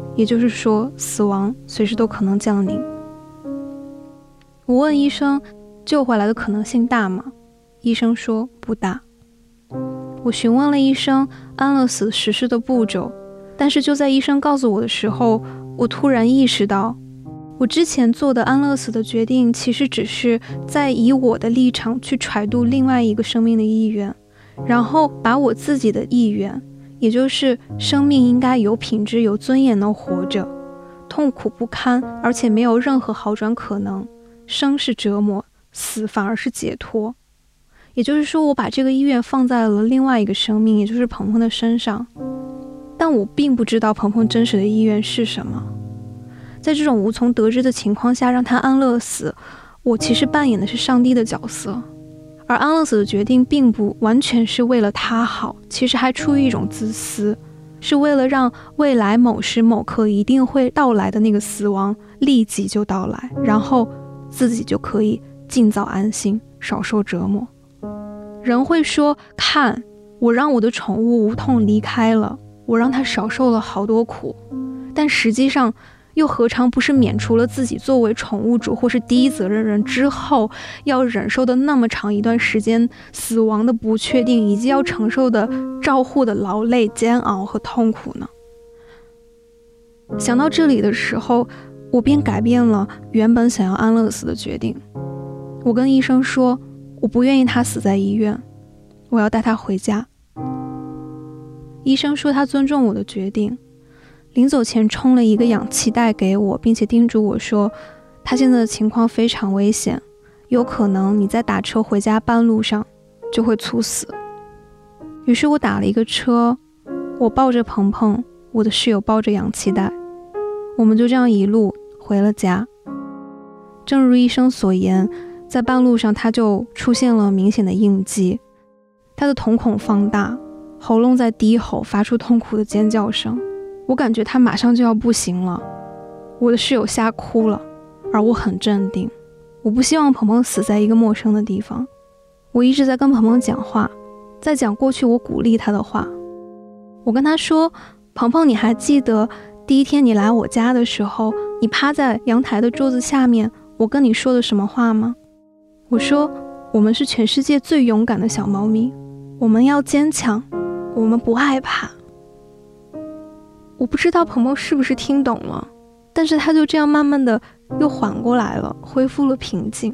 也就是说死亡随时都可能降临。我问医生救回来的可能性大吗？医生说不大。我询问了医生安乐死实施的步骤，但是就在医生告诉我的时候，我突然意识到，我之前做的安乐死的决定其实只是在以我的立场去揣度另外一个生命的意愿，然后把我自己的意愿，也就是生命应该有品质有尊严地活着，痛苦不堪而且没有任何好转可能，生是折磨，死反而是解脱。也就是说，我把这个意愿放在了另外一个生命，也就是鹏鹏的身上，但我并不知道鹏鹏真实的意愿是什么。在这种无从得知的情况下让他安乐死，我其实扮演的是上帝的角色，而安乐死的决定并不完全是为了他好，其实还出于一种自私，是为了让未来某时某刻一定会到来的那个死亡立即就到来，然后自己就可以尽早安心，少受折磨。人会说，看，我让我的宠物无痛离开了，我让它少受了好多苦，但实际上又何尝不是免除了自己作为宠物主或是第一责任人之后要忍受的那么长一段时间死亡的不确定，以及要承受的照护的劳累、煎熬和痛苦呢？想到这里的时候，我便改变了原本想要安乐死的决定。我跟医生说，我不愿意他死在医院，我要带他回家。医生说他尊重我的决定，临走前充了一个氧气袋给我，并且叮嘱我说，他现在的情况非常危险，有可能你在打车回家半路上就会猝死。于是我打了一个车，我抱着鹏鹏，我的室友抱着氧气袋，我们就这样一路回了家。正如医生所言，在半路上他就出现了明显的应激，他的瞳孔放大，喉咙在低吼，发出痛苦的尖叫声。我感觉他马上就要不行了，我的室友吓哭了，而我很镇定。我不希望鹏鹏死在一个陌生的地方。我一直在跟鹏鹏讲话，在讲过去我鼓励他的话。我跟他说，鹏鹏，你还记得第一天你来我家的时候，你趴在阳台的桌子下面，我跟你说的什么话吗？我说，我们是全世界最勇敢的小猫咪，我们要坚强，我们不害怕。我不知道鹏鹏是不是听懂了，但是他就这样慢慢的又缓过来了，恢复了平静。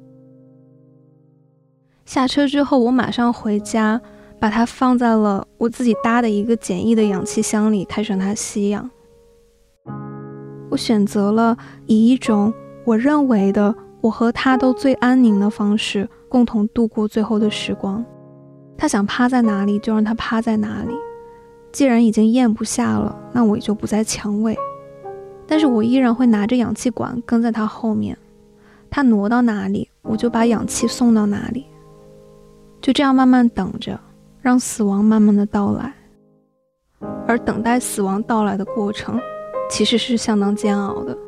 下车之后，我马上回家，把它放在了我自己搭的一个简易的氧气箱里，开始让它吸氧。我选择了以一种我认为的我和他都最安宁的方式，共同度过最后的时光。他想趴在哪里就让他趴在哪里，既然已经咽不下了，那我也就不再强喂。但是我依然会拿着氧气管跟在他后面，他挪到哪里，我就把氧气送到哪里。就这样慢慢等着，让死亡慢慢的到来。而等待死亡到来的过程，其实是相当煎熬的。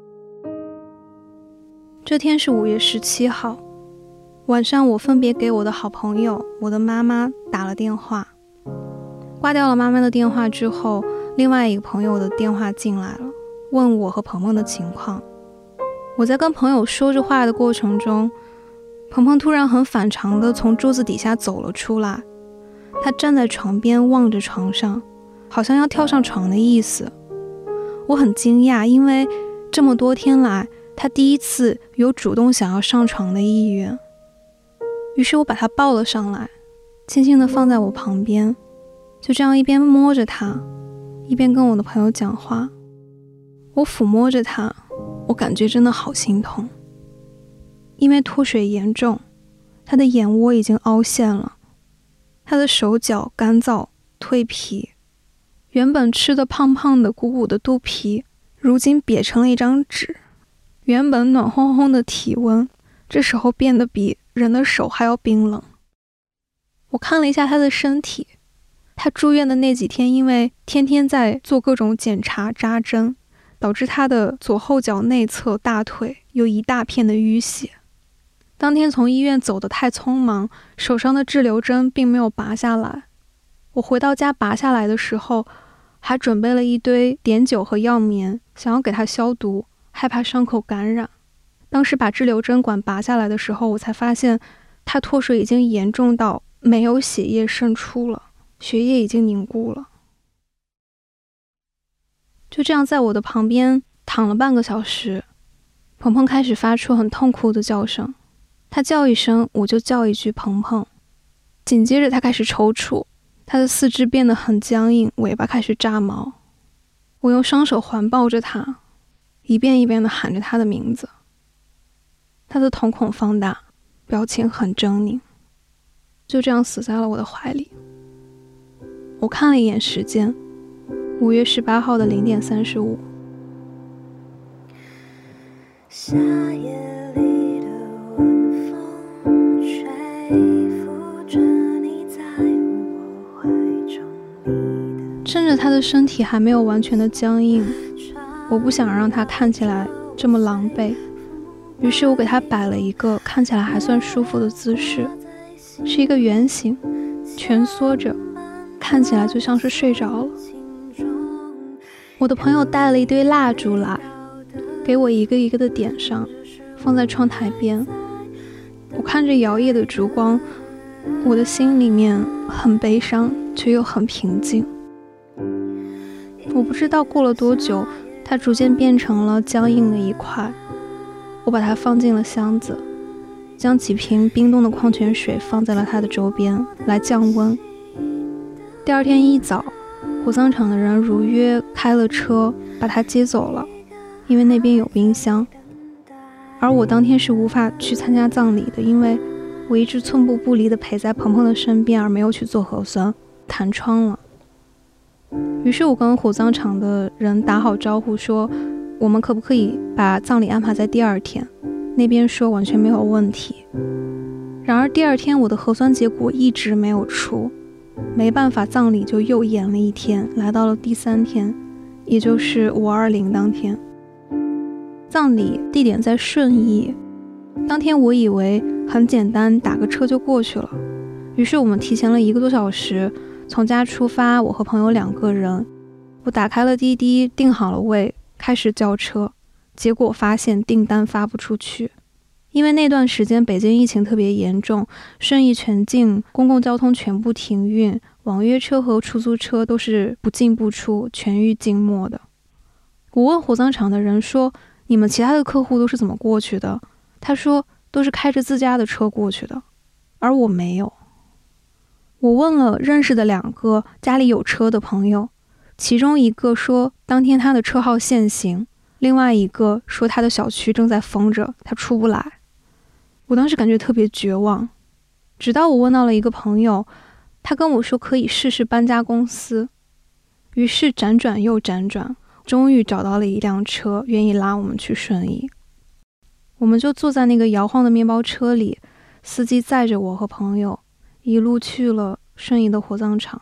这天是五月十七号，晚上我分别给我的好朋友、我的妈妈打了电话。挂掉了妈妈的电话之后，另外一个朋友的电话进来了，问我和鹏鹏的情况。我在跟朋友说着话的过程中，鹏鹏突然很反常地从桌子底下走了出来，他站在床边望着床上，好像要跳上床的意思。我很惊讶，因为这么多天来他第一次有主动想要上床的意愿。于是我把他抱了上来，轻轻地放在我旁边，就这样一边摸着他，一边跟我的朋友讲话。我抚摸着他，我感觉真的好心痛。因为脱水严重，他的眼窝已经凹陷了，他的手脚干燥蜕皮，原本吃的胖胖的鼓鼓的肚皮，如今瘪成了一张纸。原本暖烘烘的体温，这时候变得比人的手还要冰冷。我看了一下他的身体，他住院的那几天，因为天天在做各种检查扎针，导致他的左后脚内侧大腿有一大片的淤血。当天从医院走得太匆忙，手上的滞留针并没有拔下来。我回到家拔下来的时候， 还准备了一堆碘酒和药棉，想要给他消毒，害怕伤口感染。当时把支流针管拔下来的时候，我才发现他脱水已经严重到没有血液渗出了，血液已经凝固了。就这样在我的旁边躺了半个小时，鹏鹏开始发出很痛苦的叫声，他叫一声我就叫一句鹏鹏，紧接着他开始抽搐，他的四肢变得很僵硬，尾巴开始炸毛。我用双手环抱着他，一遍一遍地喊着他的名字。他的瞳孔放大，表情很狰狞，就这样死在了我的怀里。我看了一眼时间，五月十八号的零点三十五。夏夜里的晚风吹拂着你在我怀中，趁着他的身体还没有完全的僵硬，我不想让他看起来这么狼狈，于是我给他摆了一个看起来还算舒服的姿势，是一个圆形，蜷缩着，看起来就像是睡着了。我的朋友带了一堆蜡烛来，给我一个一个的点上，放在窗台边。我看着摇曳的烛光，我的心里面很悲伤，却又很平静。我不知道过了多久，它逐渐变成了僵硬的一块。我把它放进了箱子，将几瓶冰冻的矿泉水放在了它的周边来降温。第二天一早，火葬场的人如约开了车把它接走了，因为那边有冰箱。而我当天是无法去参加葬礼的，因为我一直寸步不离地陪在鹏鹏的身边，而没有去做核酸，弹窗了。于是我跟火葬场的人打好招呼，说我们可不可以把葬礼安排在第二天，那边说完全没有问题。然而第二天我的核酸结果一直没有出，没办法，葬礼就又延了一天，来到了第三天，也就是五二零当天。葬礼地点在顺义，当天我以为很简单，打个车就过去了，于是我们提前了一个多小时从家出发，我和朋友两个人，我打开了滴滴，订好了位，开始叫车，结果发现订单发不出去。因为那段时间北京疫情特别严重，顺义全境，公共交通全部停运，网约车和出租车都是不进不出，全域静默的。我问火葬场的人说，你们其他的客户都是怎么过去的？他说都是开着自家的车过去的，而我没有。我问了认识的两个家里有车的朋友，其中一个说当天他的车号限行，另外一个说他的小区正在封着，他出不来。我当时感觉特别绝望，直到我问到了一个朋友，他跟我说可以试试搬家公司，于是辗转又辗转，终于找到了一辆车愿意拉我们去顺义。我们就坐在那个摇晃的面包车里，司机载着我和朋友一路去了顺义的火葬场。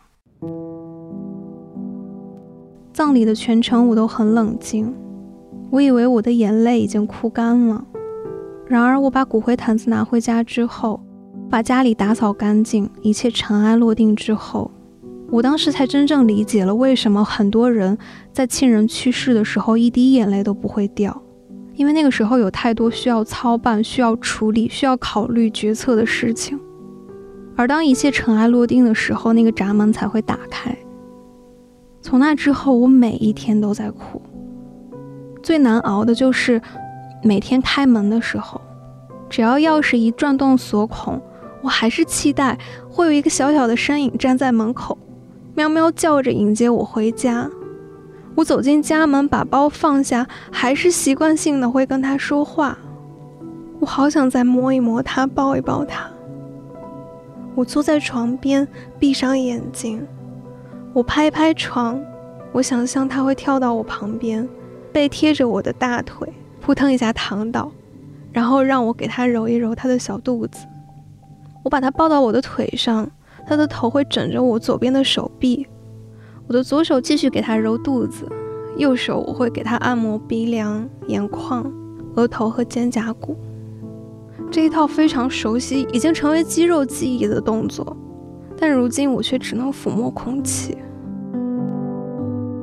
葬礼的全程我都很冷静，我以为我的眼泪已经哭干了。然而我把骨灰坛子拿回家之后，把家里打扫干净，一切尘埃落定之后，我当时才真正理解了为什么很多人在亲人去世的时候一滴眼泪都不会掉，因为那个时候有太多需要操办、需要处理、需要考虑决策的事情。而当一切尘埃落定的时候，那个闸门才会打开。从那之后，我每一天都在哭。最难熬的就是每天开门的时候，只要钥匙一转动锁孔，我还是期待会有一个小小的身影站在门口，喵喵叫着迎接我回家。我走进家门，把包放下，还是习惯性的会跟他说话。我好想再摸一摸他，抱一抱他。我坐在床边，闭上眼睛，我拍拍床，我想象他会跳到我旁边，背贴着我的大腿，扑腾一下躺倒，然后让我给他揉一揉他的小肚子。我把他抱到我的腿上，他的头会枕着我左边的手臂，我的左手继续给他揉肚子，右手我会给他按摩鼻梁、眼眶、额头和肩胛骨。这一套非常熟悉，已经成为肌肉记忆的动作，但如今我却只能抚摸空气。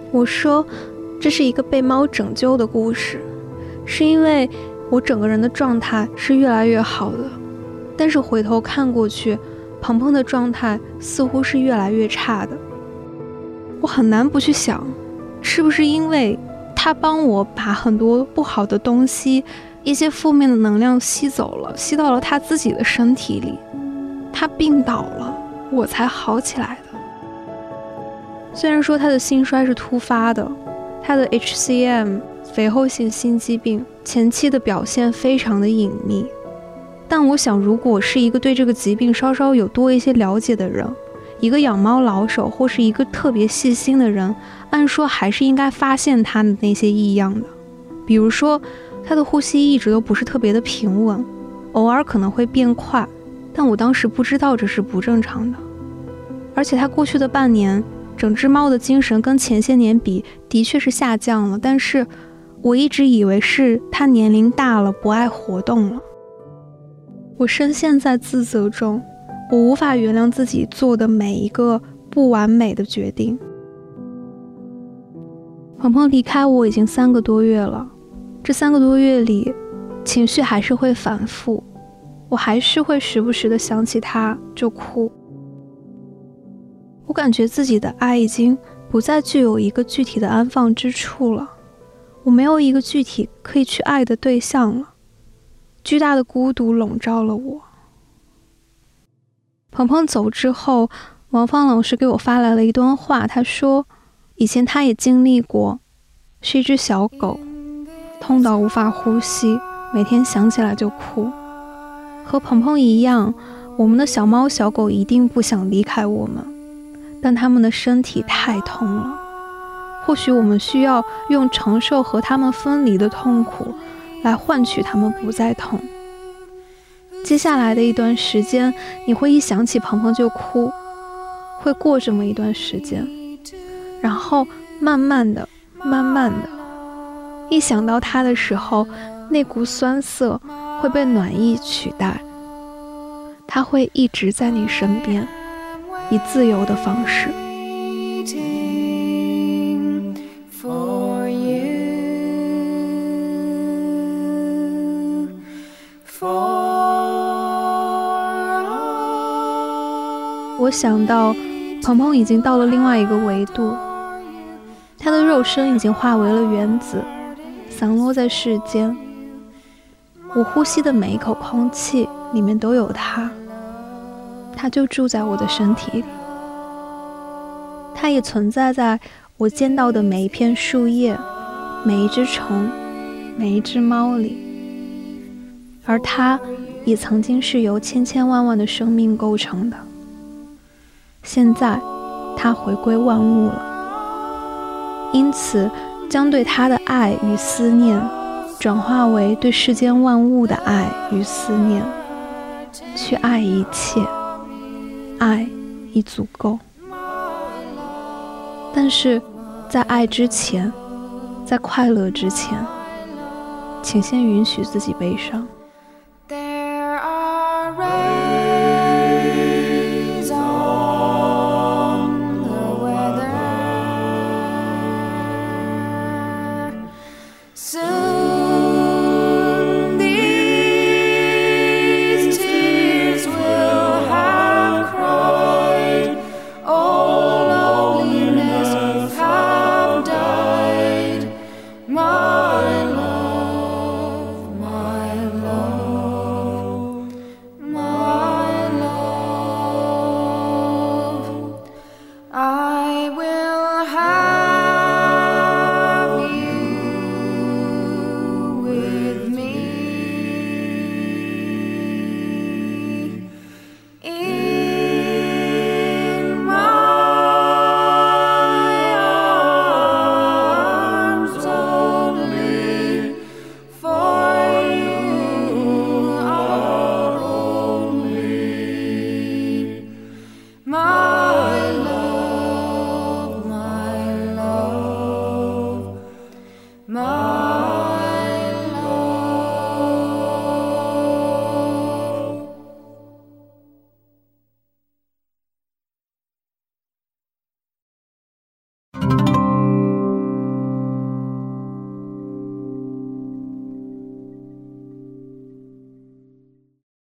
我说这是一个被猫拯救的故事，是因为我整个人的状态是越来越好的，但是回头看过去，鹏鹏的状态似乎是越来越差的。我很难不去想，是不是因为他帮我把很多不好的东西，一些负面的能量吸走了，吸到了他自己的身体里，他病倒了，我才好起来的。虽然说他的心衰是突发的，他的 H C M 肥厚性心肌病前期的表现非常的隐秘，但我想如果是一个对这个疾病稍稍有多一些了解的人，一个养猫老手或是一个特别细心的人，按说还是应该发现他的那些异样的。比如说他的呼吸一直都不是特别的平稳，偶尔可能会变快，但我当时不知道这是不正常的。而且他过去的半年，整只猫的精神跟前些年比的确是下降了，但是我一直以为是他年龄大了，不爱活动了。我深陷在自责中，我无法原谅自己做的每一个不完美的决定。鹏鹏离开我已经三个多月了，这三个多月里，情绪还是会反复，我还是会时不时的想起他就哭。我感觉自己的爱已经不再具有一个具体的安放之处了，我没有一个具体可以去爱的对象了，巨大的孤独笼罩了我。鹏鹏走之后，王芳老师给我发来了一段话，他说以前他也经历过，是一只小狗，痛到无法呼吸，每天想起来就哭。和鹏鹏一样，我们的小猫小狗一定不想离开我们，但他们的身体太痛了，或许我们需要用承受和他们分离的痛苦来换取他们不再痛。接下来的一段时间，你会一想起鹏鹏就哭，会过这么一段时间，然后慢慢的慢慢的，一想到他的时候，那股酸涩会被暖意取代，他会一直在你身边，以自由的方式。我想到鹏鹏已经到了另外一个维度，他的肉身已经化为了原子，散落在世间。我呼吸的每一口空气里面都有他，他就住在我的身体里，他也存在在我见到的每一片树叶，每一只虫，每一只猫里，而他也曾经是由千千万万的生命构成的。现在他回归万物了，因此将对他的爱与思念转化为对世间万物的爱与思念，去爱一切，爱已足够。但是在爱之前，在快乐之前，请先允许自己悲伤。